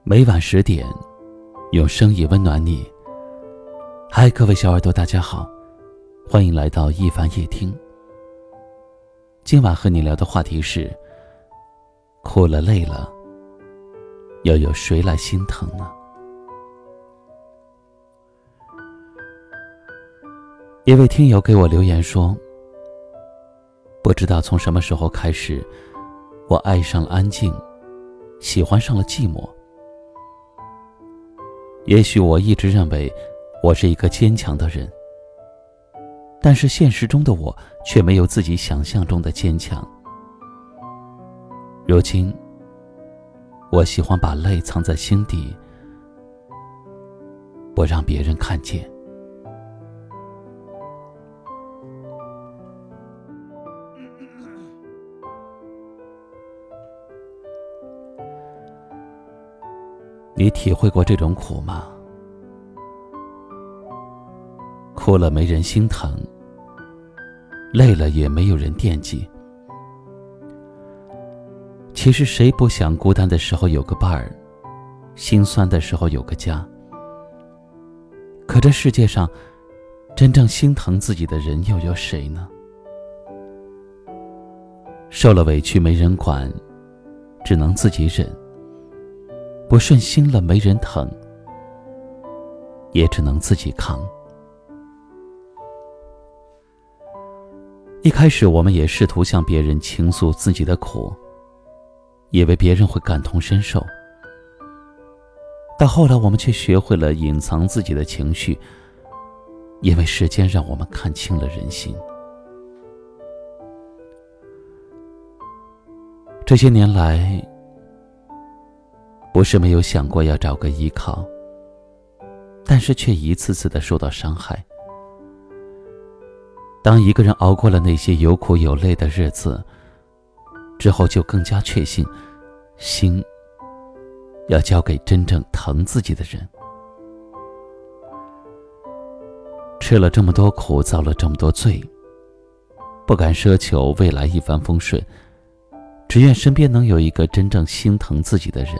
每晚10点，用声音温暖你。嗨，各位小耳朵，大家好，欢迎来到一凡夜听。今晚和你聊的话题是：哭了累了，又有谁来心疼呢？一位听友给我留言说，不知道从什么时候开始，我爱上了安静，喜欢上了寂寞。也许我一直认为我是一个坚强的人，但是现实中的我却没有自己想象中的坚强。如今我喜欢把泪藏在心底，不让别人看见。你体会过这种苦吗？哭了没人心疼，累了也没有人惦记。其实谁不想孤单的时候有个伴儿，心酸的时候有个家。可这世界上真正心疼自己的人又有谁呢？受了委屈没人管，只能自己忍。不顺心了没人疼，也只能自己扛。一开始我们也试图向别人倾诉自己的苦，以为别人会感同身受。到后来我们却学会了隐藏自己的情绪，因为时间让我们看清了人心。这些年来，不是没有想过要找个依靠，但是却一次次的受到伤害。当一个人熬过了那些有苦有累的日子之后，就更加确信，心要交给真正疼自己的人。吃了这么多苦，遭了这么多罪，不敢奢求未来一帆风顺，只愿身边能有一个真正心疼自己的人。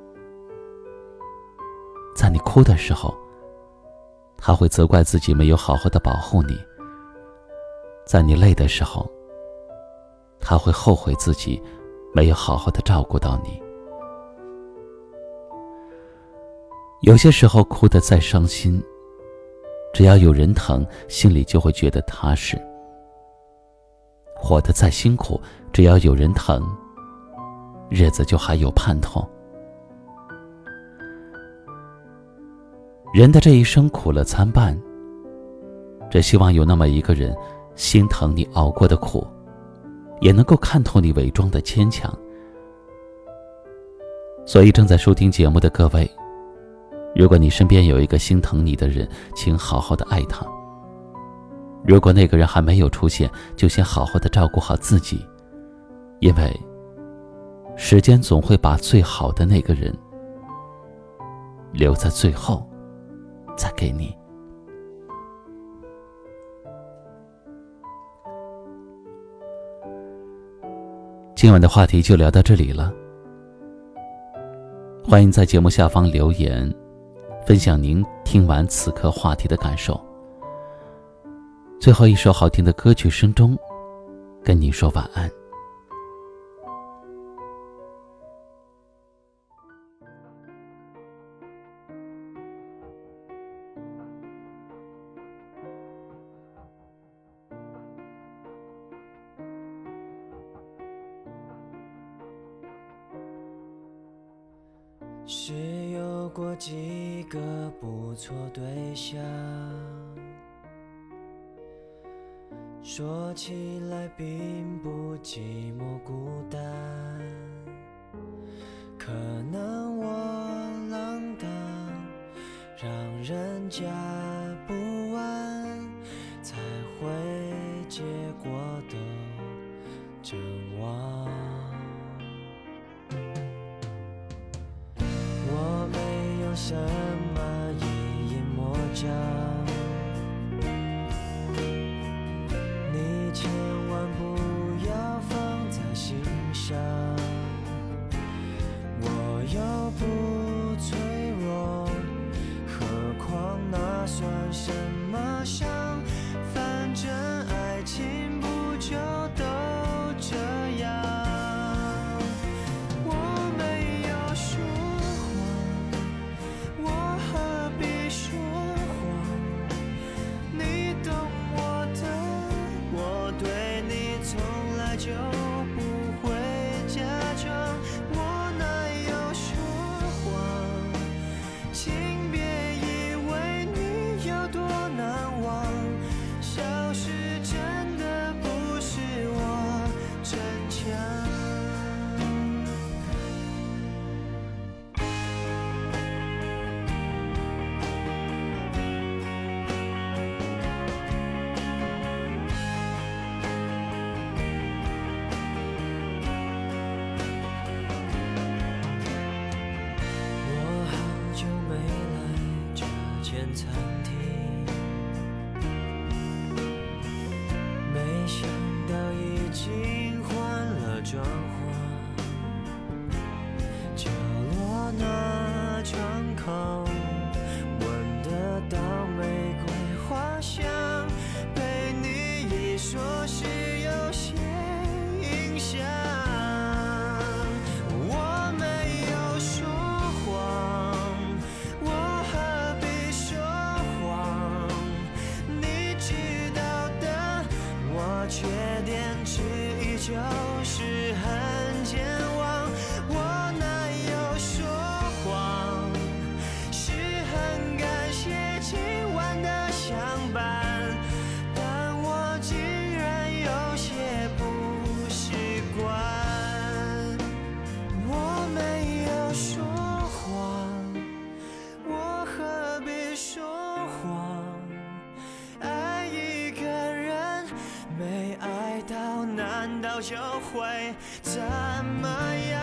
在你哭的时候，他会责怪自己没有好好的保护你；在你累的时候，他会后悔自己没有好好的照顾到你。有些时候哭得再伤心，只要有人疼，心里就会觉得踏实；活得再辛苦，只要有人疼，日子就还有盼头。人的这一生苦乐参半，只希望有那么一个人心疼你熬过的苦，也能够看透你伪装的坚强。所以正在收听节目的各位，如果你身边有一个心疼你的人，请好好的爱他。如果那个人还没有出现，就先好好的照顾好自己，因为时间总会把最好的那个人留在最后再给你。今晚的话题就聊到这里了，欢迎在节目下方留言，分享您听完此刻话题的感受。最后一首好听的歌曲声中，跟你说晚安。 是有过几个不错对象，说起来并不寂寞孤单，可能我浪荡，让人家不安，才会结果都阵亡。我没有什么一眼魔障，你千万不要放在心上。我又不那算什么伤？反正爱情不就都这样？我没有说谎，我何必说谎？你懂我的，我对你从来就不会假装。我哪有说谎？请别以为你有多难忘，消失真的不是我逞强。我好久没来这间餐厅，没想到已经换了装潢，角落那窗口闻得到玫瑰花香，被你一说是有些影响。我没有说谎，我何必说谎？你知道的，我缺点之一就是很健忘。我哪有说谎？是很感谢今晚的相伴，但我竟然有些不习惯。我没有说谎，我何必说谎？爱一个人没爱到，难道就会怎么样？